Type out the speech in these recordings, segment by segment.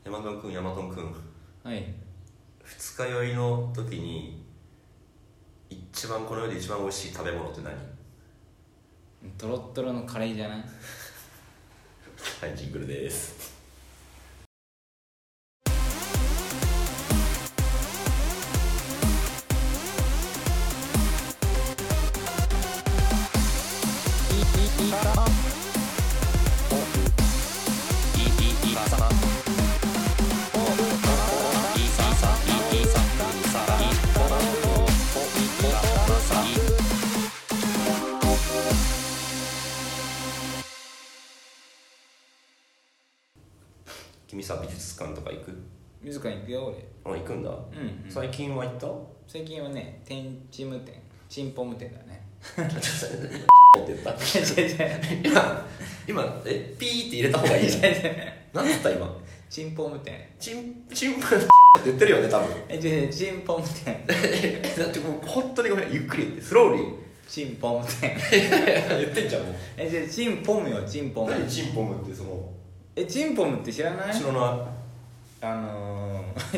山トンくんはい。 二日酔いの時にこの世で一番美味しい食べ物って何？ トロットロのカレーじゃない？ はい、ジングルです。君さ、美術館とか行く？ 美術館行くよ俺。 あ、行くんだ。 うん。 最近は行った？ 最近はね、天チム店、チンポム店だね。 って言った今ピーって入れた方がいいじゃん。何つった今？ チンポム店。 チンポって言ってるよね多分。 チンポム店。 だってもう本当にごめん、ゆっくり言ってスローリー。 チンポム店。 言ってんじゃんもう。 チンポムよ、チンポム。 何チンポムってその？ チンポムって知らない？ 知らない。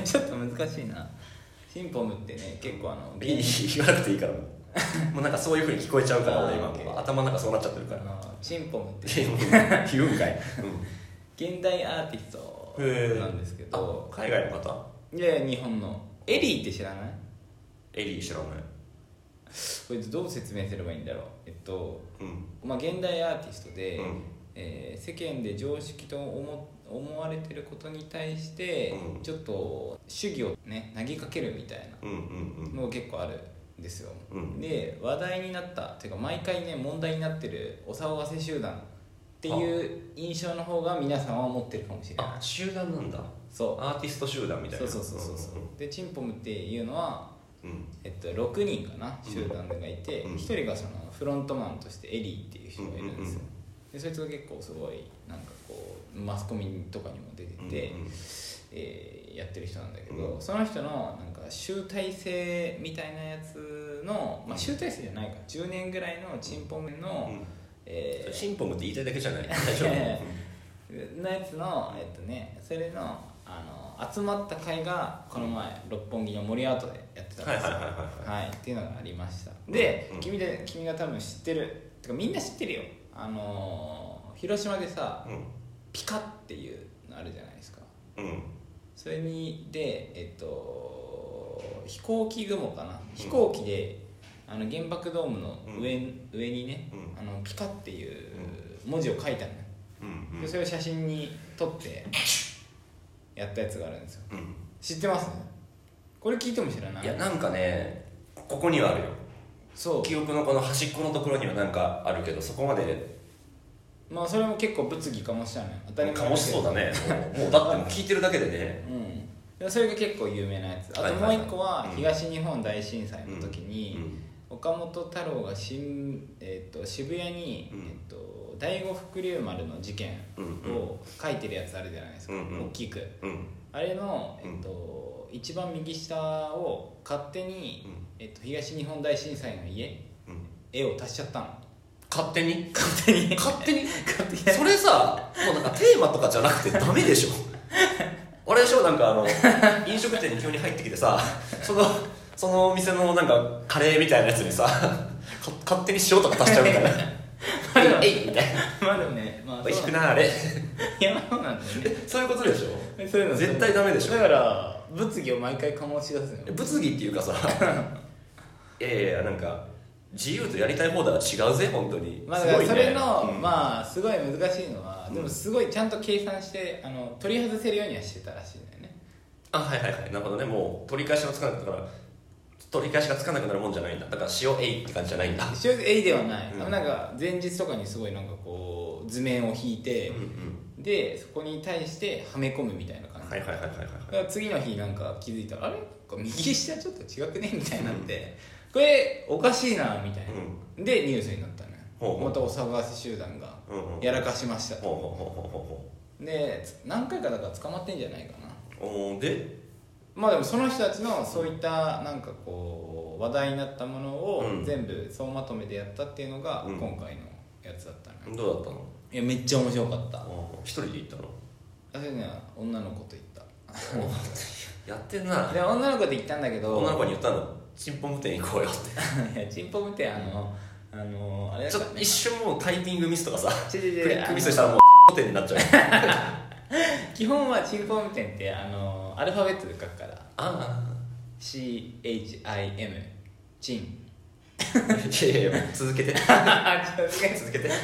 ちょっと難しいな。チンポムってね、結構言わなくていいからもうなんかそういう風に聞こえちゃうから俺今頭の中そうなっちゃってるから。 チンポムって言うんかい。 現代アーティストなんですけど。 海外の方？ いや日本の。エリーって知らない？ エリー知らない。 これどう説明すればいいんだろう。まあ現代アーティストで、世間で常識と思われてることに対して、ちょっと主義をね投げかけるみたいなのが結構あるんですよ。で話題になったっていうか毎回ね問題になってるお騒がせ集団っていう印象の方が皆さんは持ってるかもしれない。 あ、集団なんだ。 そう、 アーティスト集団みたいな。 そうでチンポムっていうのは、6人かな集団がいて、1人がそのフロントマンとしてエリーっていう人がいるんですよ。でそいつが結構すごいなんかこうマスコミとかにも出てて、やってる人なんだけど、その人のなんか集大成みたいなやつの、まあ集大成じゃないか、10年ぐらいのチンポムの、 チンポムって言いたいだけじゃない？大丈夫？ のやつのそれの集まった会がこの前六本木の森アートでやってたんですよ。はいっていうのがありました。で、君が多分知ってるてかみんな知ってるよ。広島でさ、ピカっていうのあるじゃないですか。それにで飛行機雲かな、飛行機で原爆ドームの上にね、ピカっていう文字を書いたのよ。でそれを写真に撮ってやったやつがあるんですよ。知ってます？これ聞いても知らない？ いやなんかね、ここにはあるよ。 そう、 記憶のこの端っこのところにはなんかあるけど、そこまでまあそれも結構物議かもしたのよ。当たり前かもしそうだね。もうだってもう聞いてるだけでね。 それが結構有名なやつ。あともう一個は東日本大震災の時に岡本太郎が渋谷に第五福竜丸の事件を書いてるやつあるじゃないですか、大きく、あれの、一番右下を勝手に、東日本大震災の絵を足しちゃったの。 勝手にそれさ、もうなんかテーマとかじゃなくてダメでしょ。あれでしょ、なんか飲食店に急に入ってきてさ、そのお店のなんかカレーみたいなやつにさ勝手に塩とか足しちゃうみたいな。えいみたいな。 まあでもね、 美味しくなあれ。 いやそうなんだよね。 そういうことでしょ。 そういうの絶対ダメでしょ。 だから物議を毎回醸し出すのよ。 物議っていうかさいやなんか自由とやりたい放題は違うぜ本当に。 まあだからそれの、まあすごい難しいのは、でもすごいちゃんと計算して取り外せるようにはしてたらしいんだよね。 なるほどね。もう取り返しがつかなくなるもんじゃないんだ。だから塩えいって感じじゃないんだ。 塩えいではない、なんか前日とかにすごいなんかこう図面を引いて、でそこに対してはめ込むみたいな感じ。だから次の日なんか気づいたら、あれ右下ちょっと違くねみたいになって、これおかしいなみたいな、でニュースになったのよ。またお騒がせ集団がやらかしましたと。で何回かだから捕まってんじゃないかな。 でまあでもその人たちのそういったなんかこう話題になったものを全部総まとめでやったっていうのが今回のやつだったのよ。 どうだったの？ いやめっちゃ面白かった。 一人で行ったの？ それね女の子と言ったやってんな。 で女の子で行ったんだけど、 女の子に言ったのチンポム店行こうよっていやチンポム店あれだちょっと一瞬もうタイピングミスとかさクリックミスしたらもうチンポ店になっちゃう基本はチンポム店ってアルファベットで書くからあ CHIM チンいやいや続けて続けて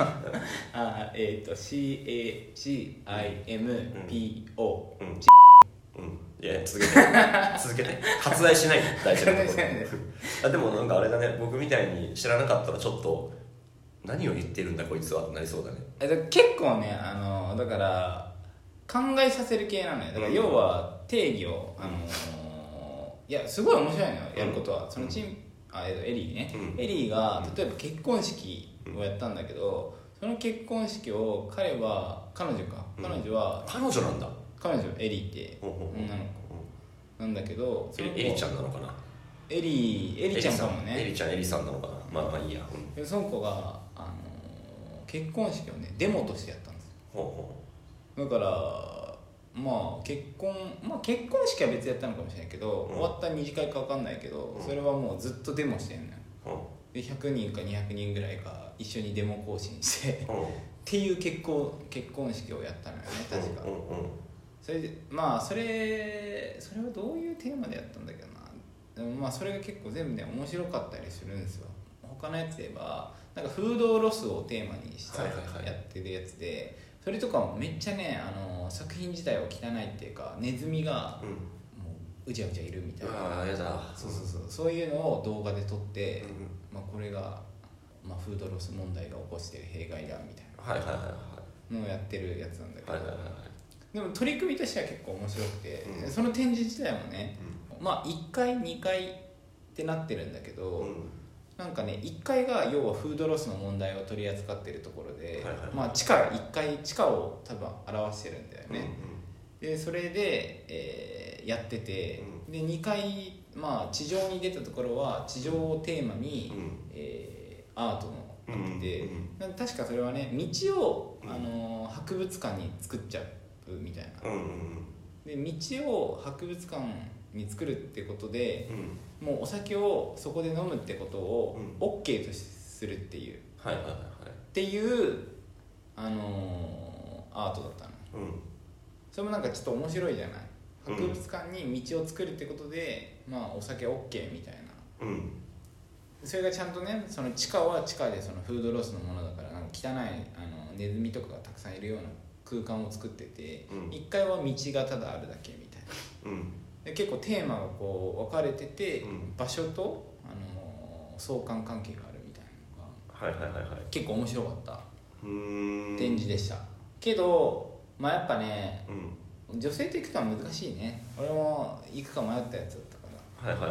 CHIMPO いや続けて続けて割愛しない大事なところでもなんかあれだね、僕みたいに知らなかったらちょっと何を言ってるんだこいつはなりそうだね。 結構ねだから考えさせる系なのよ。だから要は定義をいやすごい面白いのよやることは、そのエリーね、エリーが例えば結婚式をやったんだけど、その結婚式を彼女は彼女なんだ。彼女エリーって女の子なんだけど、 エリちゃんなのかな。 エリちゃんかもね。 エリちゃんエリさんなのかな。まあいいや。 でその子が結婚式をねデモとしてやったんですよ。だから結婚式は別でやったのかもしれないけど、終わった二次会か分かんないけど、それはもうずっとデモしてんのよ。で100人か200人ぐらいが一緒にデモ行進してっていう結婚式をやったのよね確か。それでそれはどういうテーマでやったんだけどな。でもそれが結構全部ね面白かったりするんですよ。他のやつで言えばなんかフードロスをテーマにしたやってるやつで、それとかもめっちゃね作品自体は汚いっていうか、ネズミがもううじゃうじゃいるみたいな、 やだ。 そういうのを動画で撮って、これが、フードロス問題が起こしてる弊害だみたいなのをやってるやつなんだけど、でも取り組みとしては結構面白くて、その展示自体もね、1階2階ってなってるんだけど、なんかね1階が要はフードロスの問題を取り扱ってるところで、地下1階地下を多分表してるんだよね。でそれで、やってて、で2階、地上に出たところは地上をテーマに、アートのなってて、確かそれはね道を、博物館に作っちゃうみたいな、で道を博物館に作るってことで、もうお酒をそこで飲むってことを OK とするっていう、っていうアートだったの、それもなんかちょっと面白いじゃない。博物館に道を作るってことで、お酒 OK みたいな、それがちゃんとね、その地下は地下でそのフードロスのものだから、なんか汚いネズミとかがたくさんいるような空間を作ってて、1階は道がただあるだけみたいな、で結構テーマがこう分かれてて、場所と、相関関係があるみたいなのが、結構面白かった展示でしたけど、やっぱね、女性と行くとは難しいね。俺も行くか迷ったやつだったから。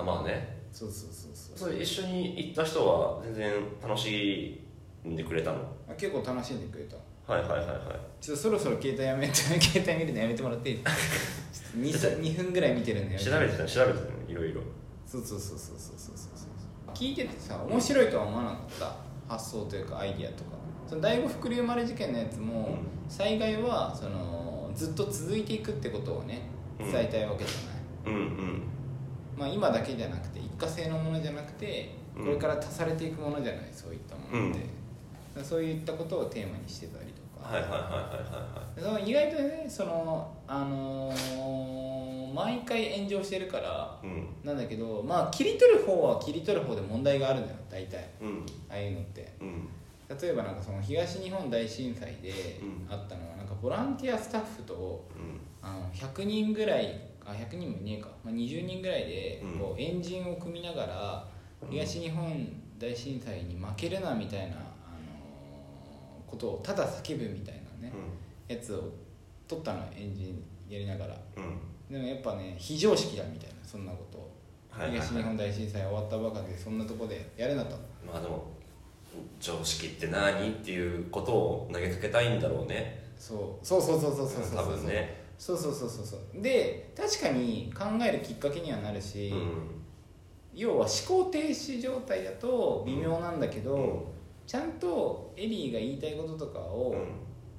そうそれ一緒に行った人は全然楽しんでくれたの？ 結構楽しんでくれた。ちょっとそろそろ携帯見るのやめてもらっていい2分ぐらい見てるんだよ。 調べてたいろいろ。 そう聞いててさ、面白いとは思わなかった。発想というかアイディアとか、その第五福竜丸事件のやつも、災害はそのずっと続いていくってことをね伝えたいわけじゃない。今だけじゃなくて一過性のものじゃなくて、これから足されていくものじゃない、そういったものって、そういったことをテーマにしてたりとか、意外とね、その毎回炎上してるから、なんだけど、切り取る方は切り取る方で問題があるんだよ大体、ああいうのって、例えばなんかその東日本大震災であったのは、なんかボランティアスタッフと、100人ぐらい、100人もいねえか、20人ぐらいでこうエンジンを組みながら、東日本大震災に負けるなみたいな、ことをただ叫ぶみたいなね、やつを撮ったの、エンジンやりながら、でもやっぱね非常識だみたいな、そんなことを、東日本大震災終わったばかりでそんなとこでやるなと。 でも常識って何っていうことを投げかけたいんだろうね。 そう多分ね。 そうで、確かに考えるきっかけにはなるし、要は思考停止状態だと微妙なんだけど、ちゃんとエリーが言いたいこととかを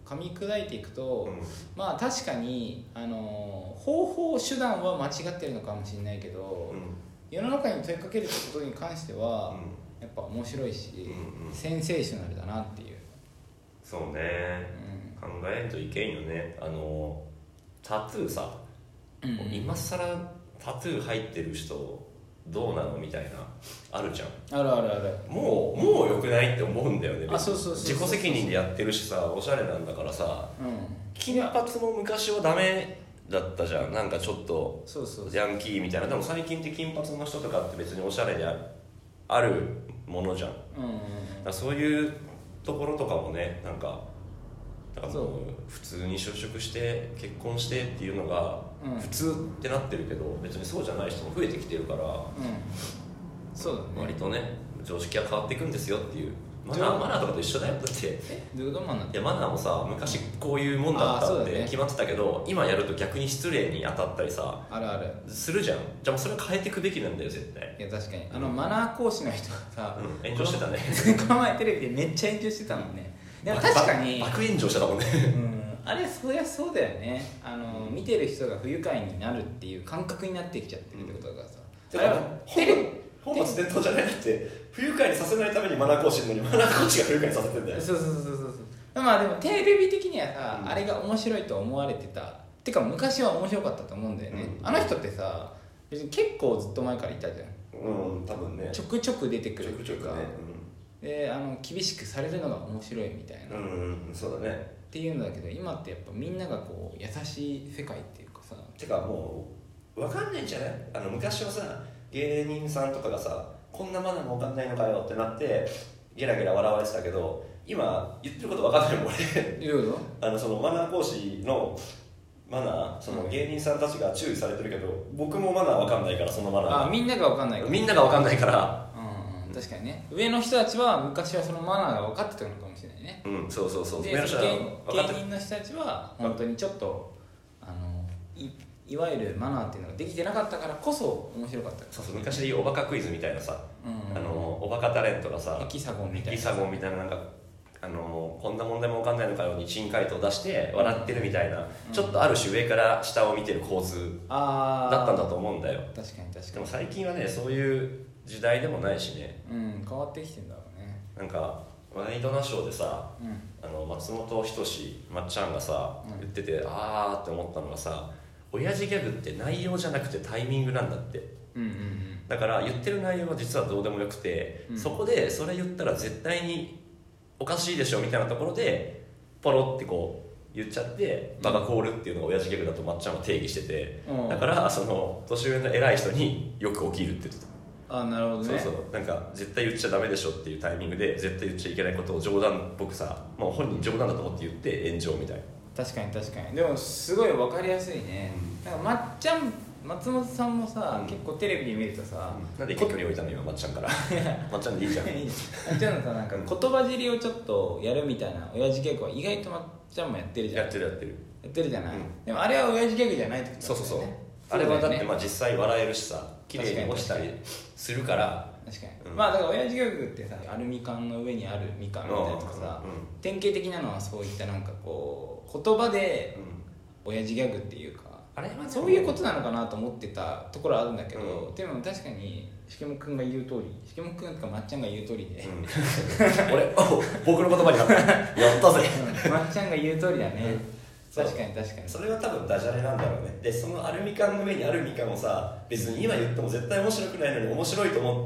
噛み砕いていくと、 うん、 まあ確かに方法手段は間違ってるのかもしれないけど、うん、世の中に問いかけるってことに関しては、やっぱ面白いし、センセーショナルだなっていう。 そうね、考えんといけんよね。タトゥーさ、今更タトゥー入ってる人どうなのみたいなあるじゃん。 あるあるある。 もう良くないって思うんだよね。 そう自己責任でやってるしさ、おしゃれなんだからさ、金髪も昔はダメだったじゃん。なんかちょっとヤンキーみたいな。でも最近って金髪の人とかって別におしゃれであるものじゃん、だからそういうところとかもね、なんかだからもう普通に就職して結婚してっていうのが普通ってなってるけど、別にそうじゃない人も増えてきてるから、 そうだね、 割とね常識は変わっていくんですよっていう。マナーとかと一緒だよ。だってどういうことマナー？ いやマナーもさ、昔こういうもんだったって決まってたけど、今やると逆に失礼に当たったりさ、 あるあるするじゃん。じゃあもうそれを変えていくべきなんだよ絶対。 いや確かにマナー講師の人がさ、 炎上してたねこの前テレビでめっちゃ炎上してたもんね。でも確かに爆炎上したもんねあれそりゃそうだよね。見てる人が不愉快になるっていう感覚になってきちゃってるってことだからさ、あれはテレビ本末転倒じゃない。だって不愉快にさせないためにマナー講師なのにマナー講師が不愉快にさせてんだよ。 そうまあでもテレビ的にはさ、あれが面白いと思われてたってか昔は面白かったと思うんだよね、あの人ってさ別に結構ずっと前からいたじゃん。 多分ねちょくちょく出てくるっていうか、 ちょくちょくね、 で厳しくされるのが面白いみたいな、 そうだねっていうんだけど、今ってやっぱみんながこう優しい世界っていうかさ、 てかもう分かんないんじゃない？昔はさ芸人さんとかがさ、こんなマナーも分かんないのかよってなってゲラゲラ笑われてたけど、今言ってること分かんないもん俺そのマナー講師のマナー、その芸人さんたちが注意されてるけど、僕もマナー分かんないから、そのマナーみんなが分かんないから、 みんなが分かんないから、 確かにね、上の人たちは昔はそのマナーが分かってたのかもしれないね。 そうで芸人の人たちは本当にちょっといわゆるマナーっていうのができてなかったからこそ面白かった。 そう昔で言うおバカクイズみたいなさ、おバカタレントがさエキサゴンみたいななんかこんな問題も分かんないのかように珍回答出して笑ってるみたいな、ちょっとある種上から下を見てる構図だったんだと思うんだよ。 確かにでも最近はねそういう時代でもないしね、 変わってきてんだろうね。 なんかワイドナショーでさ、松本人志まっちゃんがさ、言っててあーって思ったのがさ、親父ギャグって内容じゃなくてタイミングなんだって、だから言ってる内容は実はどうでもよくて、そこでそれ言ったら絶対におかしいでしょみたいなところでポロってこう言っちゃって場が凍るっていうのが親父ギャグだとまっちゃんは定義してて、だからその年上の偉い人によく起きるって言ってた。 なるほどね。 そうなんか絶対言っちゃダメでしょっていうタイミングで絶対言っちゃいけないことを冗談僕さ、もう本人冗談だと思って言って炎上みたいな。 確かにでもすごい分かりやすいね、なんか松本さんもさ、結構テレビで見るとさ、 なんで距離置いたの今まっちゃんからまっちゃんでいいじゃんまっちゃんのさ、なんか言葉尻をちょっとやるみたいな親父ギャグは意外とまっちゃんもやってるじゃん。 やってるじゃない、でもあれは親父ギャグじゃないってことだよね。 そうあれはだってまあ実際笑えるしさ、綺麗に落ちたりするから。 確かに、まあだから親父ギャグってさ、アルミ缶の上にあるみかんみたいなとかさ、典型的なのはそういったなんかこう言葉で親父ギャグっていうか、あれはそういうことなのかなと思ってたところあるんだけど、でも確かにしけもくんが言う通り、しけもくんとかまっちゃんが言う通りで、 僕の言葉になったやったぜまっちゃんが言う通りだね、確かにそれは多分ダジャレなんだろうね。でそのアルミ缶の上にあるみかんをさ、別に今言っても絶対面白くないのに面白いと思って、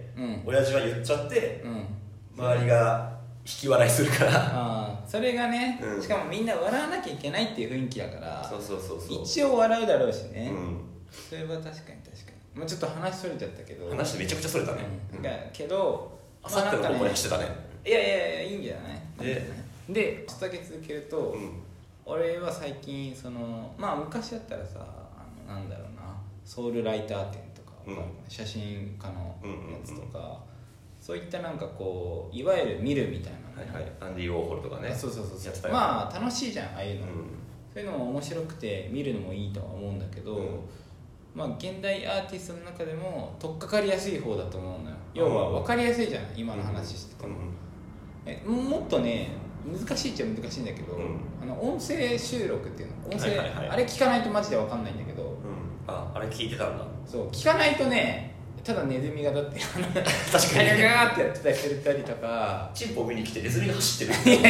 親父は言っちゃって、周りが引き笑いするからそれがね、しかもみんな笑わなきゃいけないっていう雰囲気だから、 そう一応笑うだろうしね、それは確かにまあちょっと話それちゃったけど、 話めちゃくちゃそれたね、 けどあさってのとこにしてたね。 いやいいんじゃないでちょっとだけ続けると、俺は最近まあ昔だったらさ、なんだろうな、ソウルライター展とか、写真家のやつとか、そういったなんかこういわゆる見るみたいな、 アンディ・ウォーホルとかね、 そうまあ楽しいじゃん、ああいうの、そういうのも面白くて見るのもいいとは思うんだけど、まあ現代アーティストの中でも取っかかりやすい方だと思うのよ。要は分かりやすいじゃん、今の話してても、もっとね難しいっちゃ難しいんだけど、 うん、 音声収録っていうの音声、 はいはいはい、 あれ聞かないとマジで分かんないんだけど、うん、 あれ聞いてたんだ。そう聞かないとね、ただネズミがだって確かにガーってやってたりとか、 チンポを見に来てネズミが走ってる。い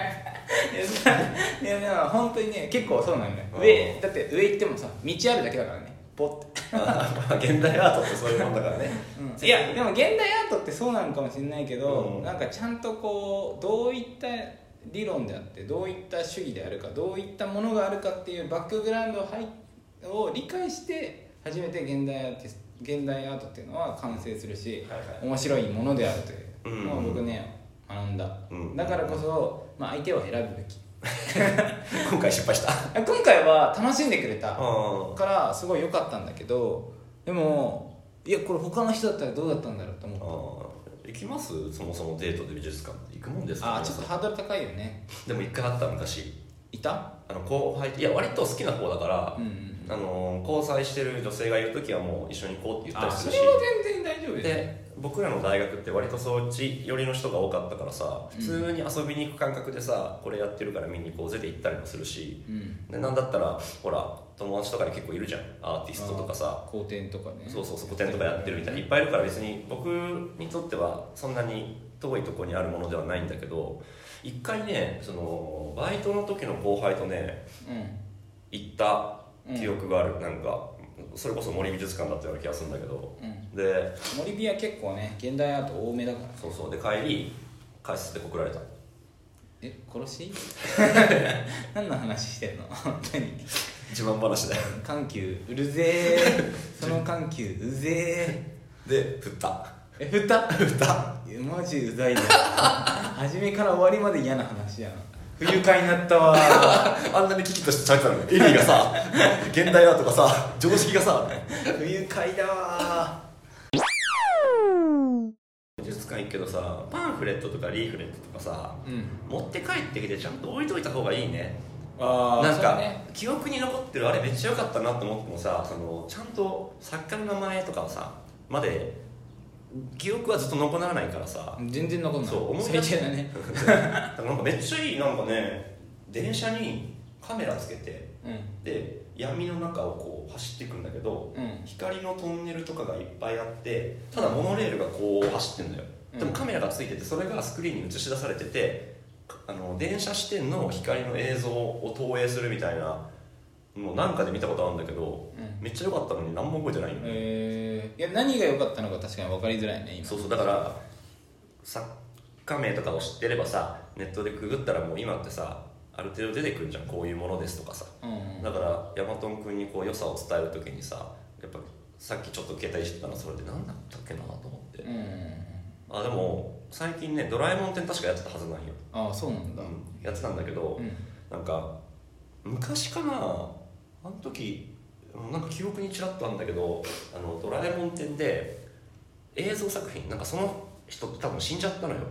や本当にね、結構そうなんだよ。上だって上行ってもさ、道あるだけだからね、ポッて現代アートってそういうもんだからね、 うん、いやでも現代アートってそうなのかもしれないけど、なんかちゃんとこうどういった理論であって、どういった主義であるか、どういったものがあるかっていうバックグラウンドを理解して初めて現代アートっていうのは完成するし、面白いものであるというのを僕ね学んだ、だからこそ、相手を選ぶべき今回失敗した。 今回は楽しんでくれたからすごい良かったんだけど、でもいやこれ他の人だったらどうだったんだろうと思った。行きます？そもそもデートで美術館って行くもんですか？ ちょっとハードル高いよね。 でも一回あった、昔いた？ 後輩、いや割と好きな方だから、交際してる女性がいる時はもう一緒に行こうって言ったりするし、 それは全然大丈夫で僕らの大学って割とそっち寄りの人が多かったからさ、普通に遊びに行く感覚でさ、これやってるから見に行こうぜで行ったりもするし、でなんだったらほら友達とかに結構いるじゃん、アーティストとかさ、 個展とかね、 そう個展とかやってるみたいにいっぱいいるから、別に僕にとってはそんなに遠いところにあるものではないんだけど、一回ね、そのバイトの時の後輩とね、行った記憶がある。なんかそれこそ森美術館だったような気がするんだけど、で森美は結構ね現代アート多めだから、 そうで帰り改札で告られた。 殺し何の話してんの本当に。 自慢話だよ。 緩急うるぜーその緩急うぜーで振った。 振ったマジうざいじゃん初めから終わりまで嫌な話やん。不愉快になったわあんなにキキとして喋ってたのに、エリーがさ現代アートがさ、常識がさ不愉快だわ。 美術館行くけどさ、パンフレットとかリーフレットとかさ、持って帰ってきてちゃんと置いといた方がいいね。なんか、記憶に残ってるあれめっちゃ良かったなと思ってもさ、ちゃんと作家の名前とかさまで記憶はずっと残らないからさ。 全然残んない。 そう思い出してだねなんかめっちゃいい。なんかね、電車にカメラつけて、で闇の中をこう走っていくんだけど、光のトンネルとかがいっぱいあって、ただモノレールがこう走ってんだよ、でもカメラがついてて、それがスクリーンに映し出されてて、電車視点の光の映像を投影するみたいなのをなんかで見たことあるんだけど、めっちゃ良かったのに何も覚えてないよね。 いや何が良かったのか確かに分かりづらいね今。 そうだから作家名とかを知ってればさ、ネットでググったらもう今ってさある程度出てくるじゃん、こういうものですとかさ、だからヤマトン君にこう良さを伝える時にさ、やっぱさっきちょっと携帯いじったのそれで何だったっけなと思って、でも最近ねドラえもん展確かやってたはずなんよ。 そうなんだ、 やってたんだけど、なんか昔かな、あの時なんか記憶にちらっとあるんだけど、ドラえもん展で映像作品、なんかその人って多分死んじゃったのよ、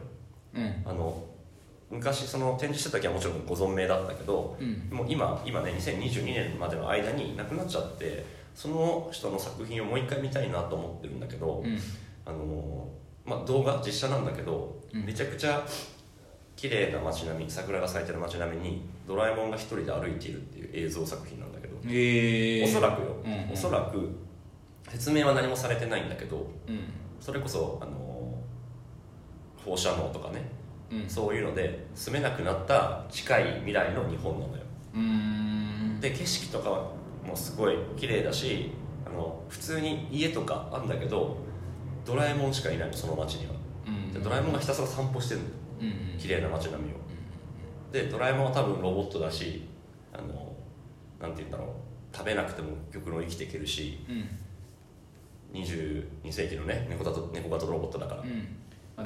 昔その展示してた時はもちろんご存命だったけど、もう今ね2022年までの間に亡くなっちゃって、その人の作品をもう一回見たいなと思ってるんだけど、動画実写なんだけど、めちゃくちゃ綺麗な街並み、桜が咲いてる街並みにドラえもんが一人で歩いているっていう映像作品なんだけど、おそらくよ、おそらく説明は何もされてないんだけど、それこそ放射能とかね、そういうので住めなくなった近い未来の日本なのよ。で景色とかもすごい綺麗だし、普通に家とかあるんだけどドラえもんしかいないの、その街には。でドラえもんがひたすら散歩してるのよ、綺麗な街並みを。でドラえもんは多分ロボットだし、なんて言うんだろう、食べなくても極論生きていけるし、22世紀のね猫型ロボットだから、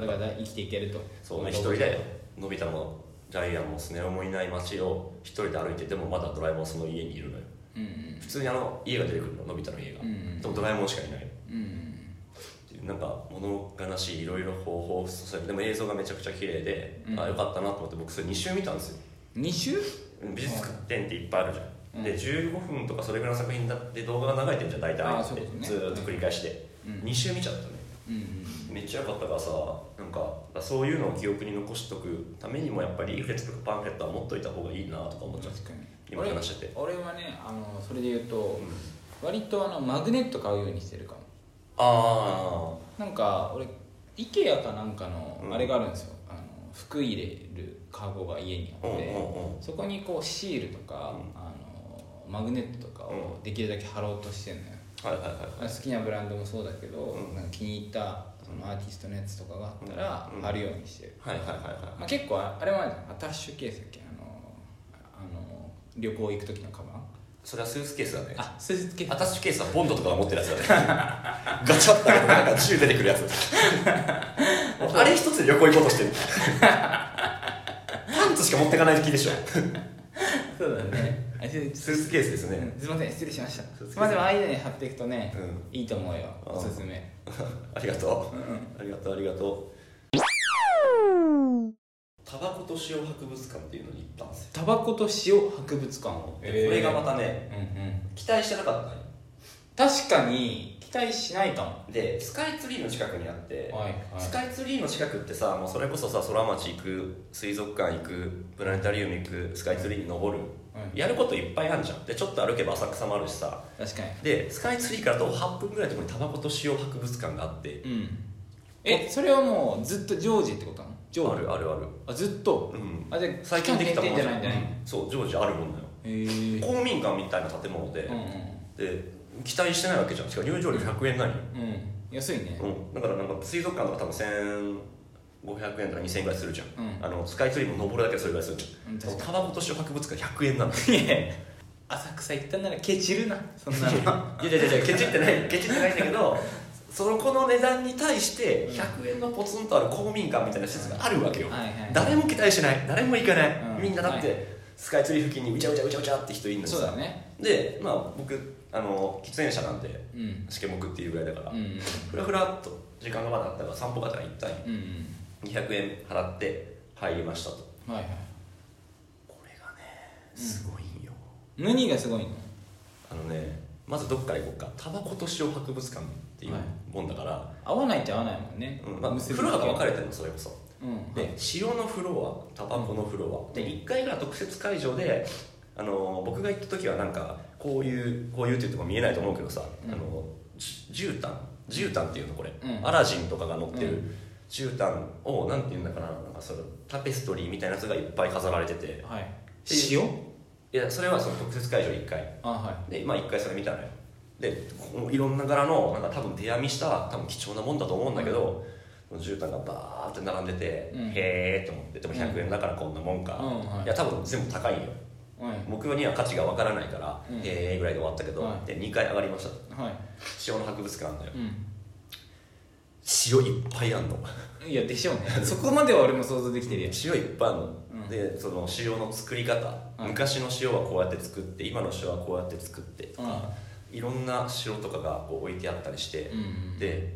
だから生きていけると。 そうね、一人でのび太もジャイアンもスネ夫もいない街を一人で歩いて、でもまだドラえもんはその家にいるのよ、普通に家が出てくるの、のび太の家が、でもドラえもんしかいない、なんか物悲しいいろいろ方法を注いでも映像がめちゃくちゃ綺麗で、よかったなと思って僕それ2週見たんですよ。 2週？ 美術館展っていっぱいあるじゃん、で15分とかそれぐらいの作品だって動画が流れてるじゃん大体、ずっと繰り返して、2週見ちゃったね、めめっちゃ良かったからさ、なんかそういうのを記憶に残しとくためにもやっぱりリーフレットとかパンフレットは持っといた方がいいなとか思っちゃう。 確かに今話してて俺はねそれで言うと、割とマグネット買うようにしてるかも。なんか俺 IKEA かなんかのあれがあるんですよ、服入れるカゴが家にあって、そこにこうシールとか、マグネットとかをできるだけ貼ろうとしてるのよ。好きなブランドもそうだけど、なんか気に入ったそのアーティストのやつとかがあったら貼るようにしてる。結構あれもあるじゃん、アタッシュケースだっけ、旅行行く時のカバン。 それはスーツケースだね。 スーツケース。 アタッシュケースはボンドとかが持ってるやつだね。ガチャッとなんか銃出てくるやつ。あれ一つで旅行行こうとしてる。パンツしか持ってかない時でしょ。 そうだね。 スーツケースですね。 すいません、失礼しました。でも間に貼っていくとね、いいと思うよ。おすすめ。 ありがとう。ありがとうありがとう。タバコと塩博物館っていうのに行ったんですよ。 タバコと塩博物館。これがまたね、期待してなかったね。 確かに期待しないかも。 でスカイツリーの近くにあって、スカイツリーの近くってさ、もうそれこそさ、空町行く、水族館行く、プラネタリウム行く、スカイツリーに登る、やることいっぱいあるじゃん。でちょっと歩けば浅草もあるしさ。 確かに。 でスカイツリーから徒歩8分ぐらいのところにタバコと塩博物館があって、 それはもうずっと常時ってことなの？ あるあるある。 ずっと。じゃ最近できたものじゃないんじゃない？ そう、常時あるもんだよ。公民館みたいな建物で、で期待してないわけじゃん。しかも入場料100円ないよ。 安いね。 だからなんか水族館とか多分1500円とか2000円ぐらいするじゃん。スカイツリーも登るだけでそれぐらいするじゃん。タバコと塩博物館100円なんだよ。 浅草行ったならケチるな、そんなの。 いやケチってないんだけど、この値段に対して100円のポツンとある公民館みたいな施設があるわけよ。誰も期待しない、誰も行かない、みんなだってスカイツリー付近にうちゃうちゃって人いるのさ。 そうだね。 で僕喫煙者なんでしけもくっていうぐらいだから、ふらふらっと時間がまだあったから散歩がてら行ったり、200円払って入りましたと。これがねすごいんよ。 何がすごいの？ まずどっから行こうか。タバコと塩博物館っていうもんだから、 合わないって合わないもんね。 風呂が分かれてるの、それこそ。で塩のフロア、タバコのフロアで1階が特設会場で、僕が行った時はなんかこういうって言っても見えないと思うけどさ、絨毯っていうのこれ、アラジンとかが乗ってる絨毯をなんていうんだかな、なんかそれタペストリーみたいなやつがいっぱい飾られてて、 塩？ いや、それはその特設会場1階で、1回それ見たのよ。でいろんな柄のなんか多分手編みした多分貴重なもんだと思うんだけど、絨毯がバーって並んでて、へーって思って、でも100円だからこんなもんか、いや多分全部高いんよ。僕には価値がわからないから、へーぐらいで終わったけど、で2回上がりましたと。塩の博物館あんだよ。塩いっぱいあんの。 いやでしょうね。そこまでは俺も想像できてるやん。 塩いっぱいあんの。でその塩の作り方、昔の塩はこうやって作って、今の塩はこうやって作ってとか、いろんな塩とかがこう置いてあったりして、で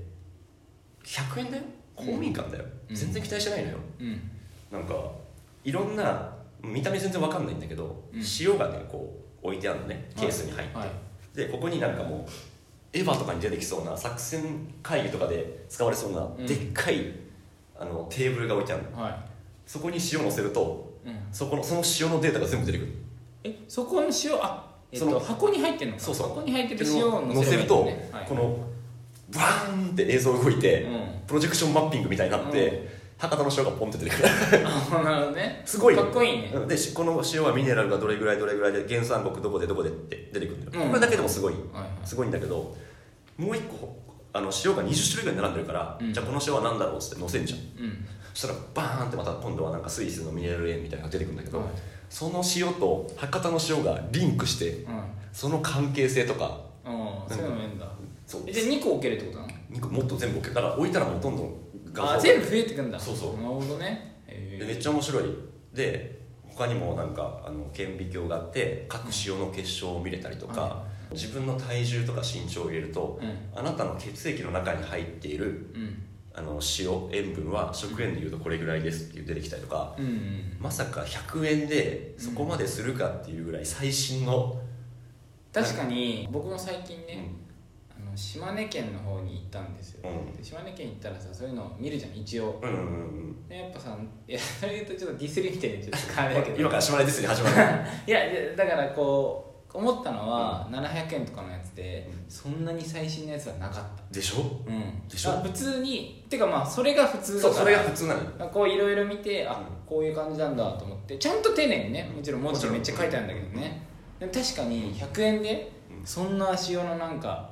100円だよ、公民館だよ、全然期待してないのよ。なんかいろんな見た目全然わかんないんだけど、塩がねこう置いてあるのね、ケースに入って、でここになんかもうエヴァとかに出てきそうな、作戦会議とかで使われそうなでっかいテーブルが置いてあるの。そこに塩乗せると、その塩のデータが全部出てくる。 そこの塩、箱に入ってるのか。 そう箱に入ってる塩を乗せると、このバーンって映像動いて、プロジェクションマッピングみたいになって、博多の塩がポンって出てくる。 なるほどね。 すごいかっこいいね。 でこの塩はミネラルがどれぐらいで、原産国どこでって出てくるんだよ。これだけでもすごいんだけど、もう一個塩が20種類ぐらい並んでるから、じゃあこの塩は何だろうっつって乗せんじゃん。そしたらバーンってまた今度はなんかスイスのミネラル塩みたいなのが出てくるんだけど、その塩と博多の塩がリンクして、その関係性とか、 そういうのもいいんだ。じゃあ2個置けるってことなの ？2個もっと全部置ける。だから置いたらもうどんどん全部増えてくんだ。 そう。 なるほどね。 でめっちゃ面白い。で他にもなんか顕微鏡があって各塩の結晶を見れたりとか、自分の体重とか身長を入れると、あなたの血液の中に入っている、塩分は食塩でいうとこれぐらいですっていう出てきたりとか、まさか100円でそこまでするかっていうぐらい最新の、 確かに僕も最近ね、 島根県の方に行ったんですよ、で島根県行ったらさそういうの見るじゃん一応、でやっぱさ、いやそれ言うとちょっとディスりみたいにちょっと変わるだけど今から島根ディスり始まるいやだからこう思ったのは、700円とかのやつで、そんなに最新のやつはなかったでしょ、でしょ。 普通にてかまあそれが普通だからそれが普通なの。 こういろいろ見てこういう感じなんだと思ってちゃんと丁寧にね、もちろん文字めっちゃ書いてあるんだけどね、でも確かに100円でそんな仕様のなんか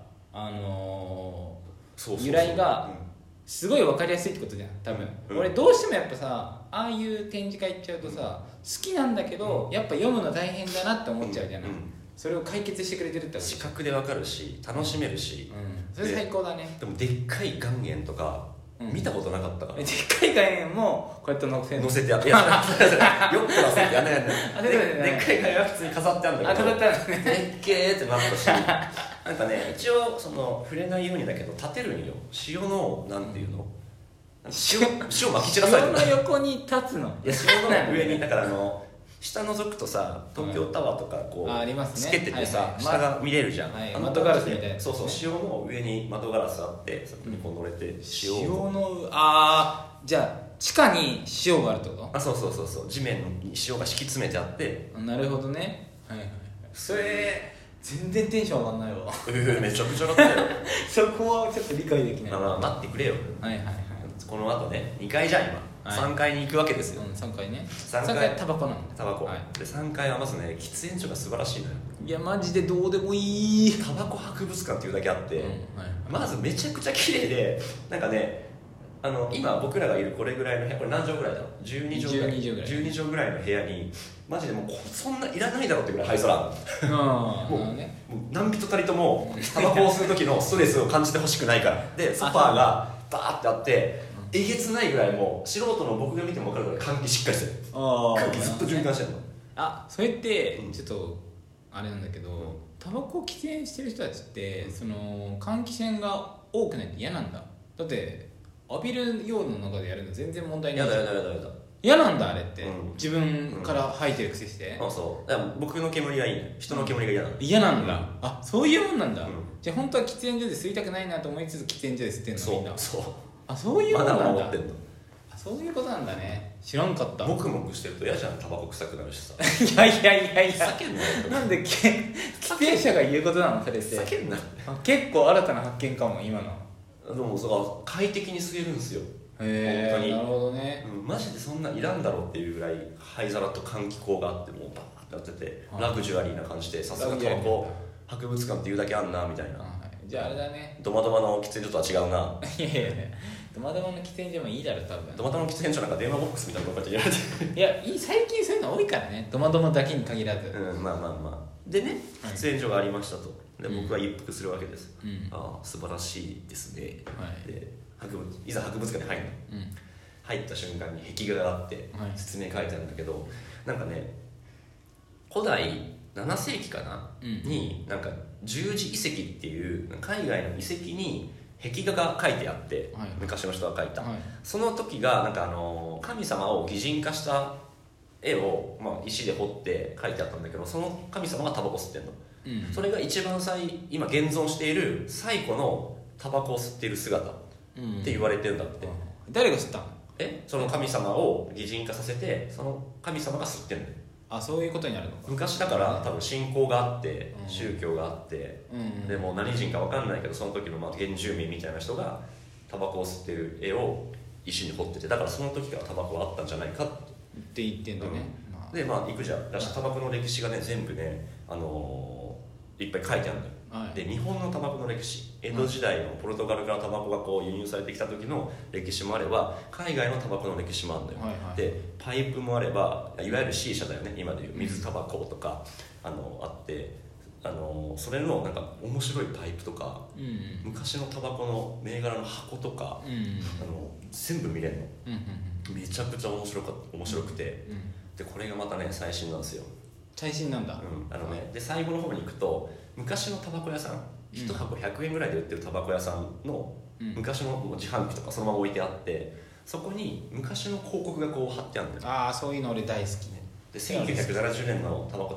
由来がすごい分かりやすいってことじゃん多分、俺どうしてもやっぱさああいう展示会行っちゃうとさ、好きなんだけどやっぱ読むの大変だなって思っちゃうじゃない、それを解決してくれてるってこと視覚で分かるし楽しめるし、 それ最高だね。 でもでっかい岩塩とか見たことなかったから、 でっかい岩塩もこうやって乗せてやってよく出せってやんないでっかい岩塩は普通に飾ってあるんだけど、 飾ってあるね、 でっけーってなったしなんかね一応その触れないようにだけど立てるんよ、塩のなんていうの、塩まき散らされてる、 塩の横に立つの、 いや塩の上にだから下覗くとさ東京タワーとかこう、 ありますね、 つけててさ、下が見れるじゃん、 窓ガラスみたいな、 そう塩の上に窓ガラスあってそこにこう乗れて塩のじゃあ地下に塩があるってこと？ そう地面に塩が敷き詰めてあって、 なるほどね、それ全然テンション上がんないわめちゃくちゃ上がったよそこはちょっと理解できない。 まあ待ってくれよ、この後ね2階じゃん今、3階に行くわけですよ、 3階ね、 3階タバコなんだ、 タバコ、で3階はまずね喫煙所が素晴らしいのよ。 いやマジでどうでもいい、 タバコ博物館っていうだけあって、まずめちゃくちゃ綺麗で、なんかね今僕らがいるこれぐらいの部屋、これ何畳ぐらいだろう、12畳ぐらい、12畳ぐらいの部屋にマジでもうそんないらないだろうってぐらい灰皿もう何人たりともタバコを吸う時のストレスを感じてほしくないからでソファーがバーってあってえげつないぐらいもう素人の僕が見ても分かるぐらい換気しっかりしてる、空気ずっと循環してるの。 それってちょっとあれなんだけど、タバコを喫煙してる人たちってその換気扇が多くないと嫌なんだ。だって浴びるような中でやるの全然問題ないじゃん。やだ嫌なんだあれって、自分から吐いてるくせして、 そうだから僕の煙がいいね、人の煙が嫌なんだ、そういうもんなんだ、じゃあ本当は喫煙所で吸いたくないなと思いつつ喫煙所で吸ってんのみんな。そういうもんなんだ、 まだ守ってんの。 そういうことなんだね、知らんかった。 もくもくしてると嫌じゃん、タバコ臭くなるしさいや叫んなよなんで喫煙者が言うことなのそれって。 叫んな結構新たな発見かも今の。 でも快適に吸えるんですよ、 本当に。なるほどね、 マジでそんないらんだろうっていうぐらい灰皿と換気口があってもうバーってなってて、ラグジュアリーな感じで、さすがタバコ博物館っていうだけあんなみたいな。 じゃああれだね、 ドマドマの喫煙所とは違うな。 いやドマドマの喫煙所もいいだろ多分。 ドマドマの喫煙所なんか電話ボックスみたいなところやられてるいや最近そういうの多いからね、ドマドマだけに限らず。 まあでね、喫煙所がありましたと。で僕は一服するわけです、素晴らしいですね、でいざ博物館に入るの、入った瞬間に壁画があって説明書いてあるんだけど、なんかね古代7世紀かな、になんか十字遺跡っていう海外の遺跡に壁画が書いてあって、昔の人が書いた、その時がなんか神様を擬人化した絵を、石で彫って書いてあったんだけど、その神様がタバコ吸ってんの、それが一番今現存している最古のタバコを吸っている姿って言われてるんだって、 誰が吸ったの？ その神様を擬人化させてその神様が吸ってるんだよ。 そういうことになるのか。 昔だから多分信仰があって、宗教があって、でも何人か分かんないけどその時の原住民みたいな人がタバコを吸ってる絵を石に彫ってて、だからその時からタバコがあったんじゃないかって言ってんだね、 で行くじゃん。だしタバコの歴史がね全部ねいっぱい書いてあるんだよ、で日本のタバコの歴史、江戸時代のポルトガルからタバコがこう輸入されてきた時の歴史もあれば、海外のタバコの歴史もあるんだよ、でパイプもあれば、いわゆる C 社だよね今でいう水タバコとかあって、それのなんか面白いパイプとか、昔のタバコの銘柄の箱とか、全部見れるの、めちゃくちゃ面白くて、でこれがまたね最新なんですよ。 最新なんだ、 で最後の方に行くと昔のタバコ屋さん、1箱100円ぐらいで売ってるタバコ屋さんの昔の自販機とかそのまま置いてあって、そこに昔の広告がこう貼ってあるんだよ。 そういうの俺大好きね。 で1970年のタバコとか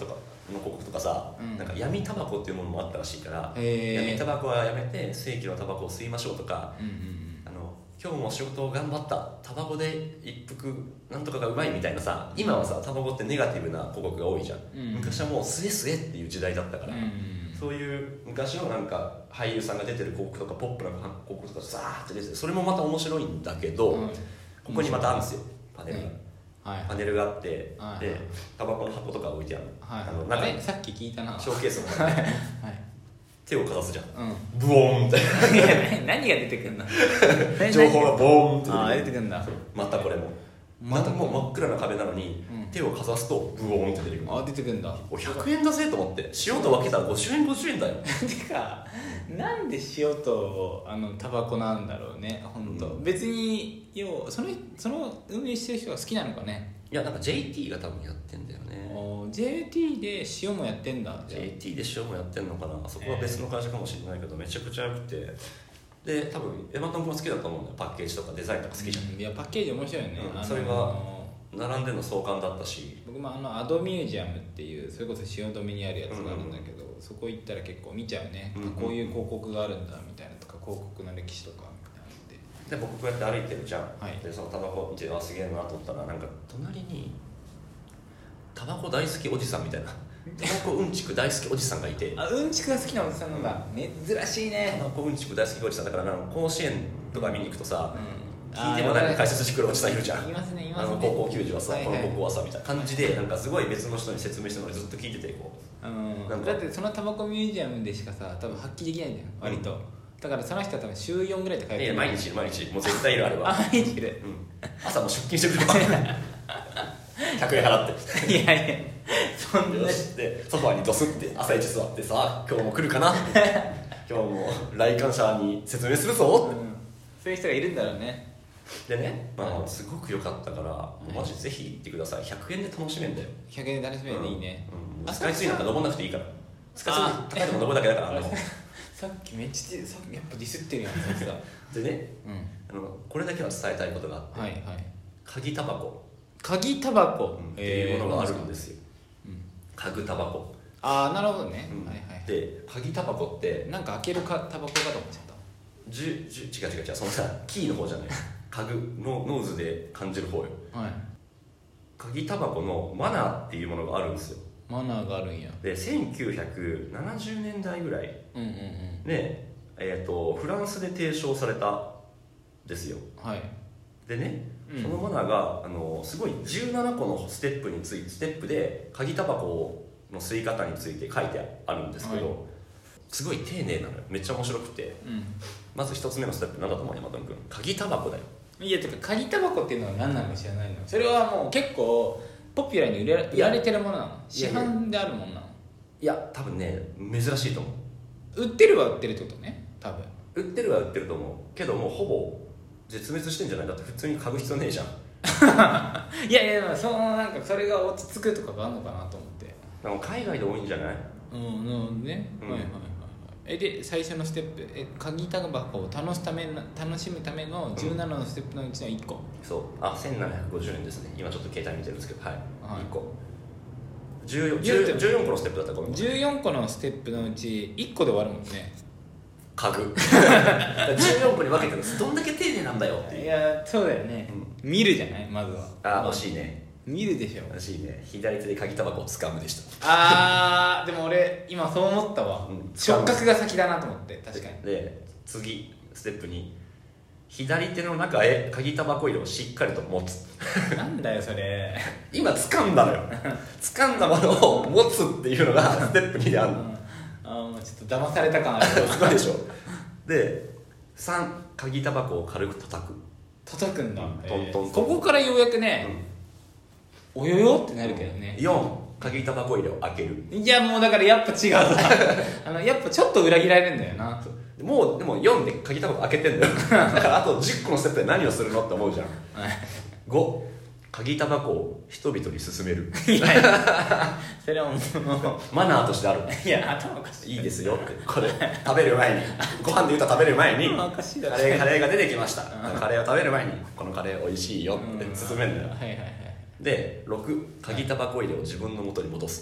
の広告とかさ、なんか闇タバコっていうものもあったらしいから、 闇タバコはやめて正規のタバコを吸いましょうとか、今日も仕事を頑張ったタバコで一服なんとかがうまいみたいなさ、今はさタバコってネガティブな広告が多いじゃん、昔はもう吸え吸えっていう時代だったから、そういう昔のなんか俳優さんが出てる広告とかポップな広告とかザーって出てて、それもまた面白いんだけど、ここにまたあるんですよパネルが、パネルがあって、でタバコの箱とか置いてある、 なんかさっき聞いたな、 ショーケースの中で手をかざすじゃん、ブオーンみたいな何が出てくるんだ情報がボーンって出てくるんだ。 またこれもまたもう真っ暗な壁なのに、手をかざすとブオーンって出てくる。 出てくるんだ。 100円だぜと思って、塩と分けたら50円50円だよてかなんで塩とタバコなんだろうね、本当、別にその運営してる人が好きなのかね。 いやなんか JT が多分やってんだよね。 JT で塩もやってんだ。 JT で塩もやってんのかな、そこは別の会社かもしれないけど、めちゃくちゃ良くて、で多分エマトン君も好きだと思うんだよ、パッケージとかデザインとか好きじゃん、 いやパッケージ面白いよね、 それが並んでの壮観だったし、 僕もアドミュージアムっていうそれこそ汐留にあるやつがあるんだけど、そこ行ったら結構見ちゃうね、こういう広告があるんだみたいなとか、広告の歴史とかみたいなので、 僕こうやって歩いてるじゃん、でそのタバコ見てすげえなと思ったら、なんか隣にタバコ大好きおじさんみたいなタバコうんちく大好きおじさんがいて、 うんちくが好きなおじさんなんだ、珍しいね。 タバコうんちく大好きおじさんだから、甲子園とか見に行くとさ、聞いてもなんか解説してくるおじさんいるじゃん、 いますねいますね。 高校球児はさ、この高校はさみたいな感じで、なんかすごい別の人に説明してるのにずっと聞いてて、 だってそのタバコミュージアムでしかさ多分発揮できないんだよ割と、だからその人は多分週4ぐらいで帰ってる。 毎日もう絶対いるあれは毎日いる、 朝も出勤してくるから100円払っていやいやそんなでソファーにドスって朝一座ってさ、今日も来るかなって今日も来館者に説明するぞって、 そういう人がいるんだろうね。 でね、すごく良かったから、マジぜひ行ってください。100円で楽しめんだよ。 100円で楽しめるでいいね。 スカイツリーなんか登んなくていいから。スカイツリー高いとこ登るだけだからさっきめっちゃやっぱディスってるやんでね、これだけは伝えたいことがあって、鍵タバコっていうものがあるんですよ。家具タバコ。 なるほどね。 で鍵タバコってなんか開けるタバコかと思っちゃった。 違う、そのさキーの方じゃない、家具のノーズで感じる方よ。鍵タバコのマナーっていうものがあるんですよ。 マナーがあるんや。 で1970年代ぐらいで、フランスで提唱されたんですよ。でね、そのマナーがすごい17個のステップで鍵タバコの吸い方について書いてあるんですけど、すごい丁寧なのよ。めっちゃ面白くて、まず一つ目のステップ何だと思う？山田君。鍵タバコだよ。 いやてか鍵タバコっていうのは何なのか知らないの。それはもう結構ポピュラーに売られてるものなの？市販であるものなの？ いや多分ね珍しいと思う。 売ってるは売ってるってことね。多分売ってるは売ってると思うけども、ほぼ絶滅してんじゃない？だって普通に嗅ぐ必要ねえじゃんいやなんかそれが落ち着くとかがあるのかなと思って。 海外で多いんじゃない？ ね、で最初のステップ、鍵タバコを楽しむための17のステップのうちの1個、 そう1750円ですね。今ちょっと携帯見てるんですけど、1個14個のステップだったらごめん、 14個のステップのうち1個で終わるもんね。 家具14個に分けてる。どんだけ丁寧なんだよっていう。 いやそうだよね、見るじゃないまずは。 惜しいね。 見るでしょ。 惜しいね。左手で鍵タバコを掴むでした。 でも俺今そう思ったわ、触覚が先だなと思って。確かに。 で次ステップ2、左手の中へ鍵タバコ入れをしっかりと持つなんだよそれ今掴んだのよ掴んだものを持つっていうのがステップ2であるの。 もうちょっと騙された感あるすごいでしょ。で3、鍵タバコを軽く叩くんだ、 トントン。 ここからようやくね、およよってなるけどね。 4、鍵タバコ入れを開ける。 いやもうだからやっぱ違うさやっぱちょっと裏切られるんだよな。 もうでも4で鍵タバコ開けてんだよだからあと10個のステップで何をするのって思うじゃん5、鍵タバコを人々に勧めるいやそれはもうマナーとしてある。 いや頭おかしい。 いいですよって。これ食べる前にご飯で言うと食べる前にカレーが出てきました、カレーを食べる前にこのカレー美味しいよって勧めるんだよ。で6、鍵タバコ入れを自分の元に戻す。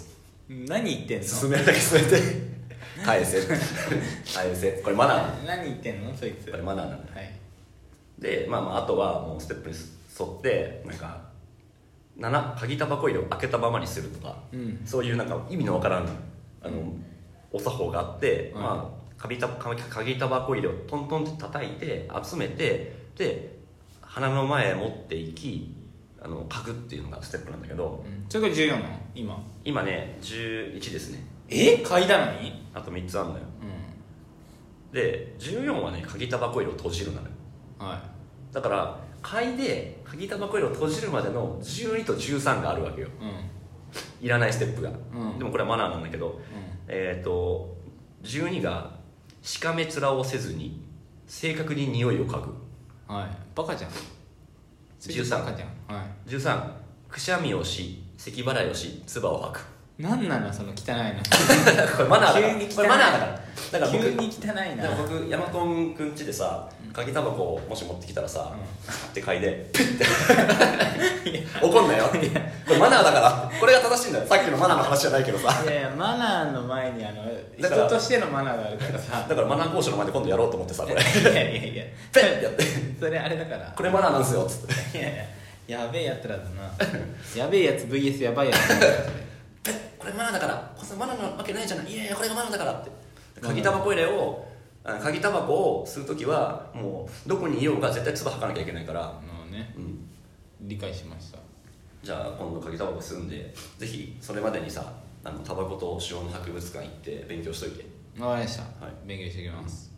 何言ってんの？ 進めるだけ進めて返せ返せ、これマナー。 何言ってんのそいつ。 これマナーなんだ、 はい、 であとはもうステップに沿ってなんか鍵タバコ入れを開けたままにするとか、そういうなんか意味のわからんお作法があって、鍵タバコ入れをトントンって叩いて集めて、で鼻の前へ持っていき嗅ぐっていうのがステップなんだけど、 それが14なの今ね11ですね。 嗅いだのにあと3つあるんだよ、で14はね鍵タバコ入れを閉じるなのよ、だから嗅いで鍵タバコ入れを閉じるまでの12と13があるわけよ、いらないステップが、でもこれはマナーなんだけど、12がしかめ面をせずに正確に匂いを嗅ぐ、 バカじゃん。 13、 バカじゃん。 13くしゃみをし咳払いをし唾を吐く。 なんなのその汚いのこれマナーだから。 急に汚い。 これマナーだから。だから僕急に汚いな。 僕ヤマトンくんちでさ、鍵タバコをもし持ってきたらさ、って嗅いでピッて怒んなよ。これマナーだから。これが正しいんだよ。さっきのマナーの話じゃないけどさ。 いやいやマナーの前に人としてのマナーがあるからさ。 だからマナー講師の前で今度やろうと思ってさ、これ。 いやいやいや。 ペッてやって。 それあれだから。 これマナーなんですよつって。 いやいや。やべえやつらだな。やべえやつ VS やばいやつだな。 これマナーだから、これマナーなわけないじゃない。いやいやこれがマナーだからって。鍵タバコ入れを鍵タバコを吸うときはもうどこにいようが絶対唾吐かなきゃいけないから、 理解しました。 じゃあ今度鍵タバコ吸うんで、ぜひそれまでにさタバコと塩の博物館行って勉強しといて。 わかりました、勉強しておきます。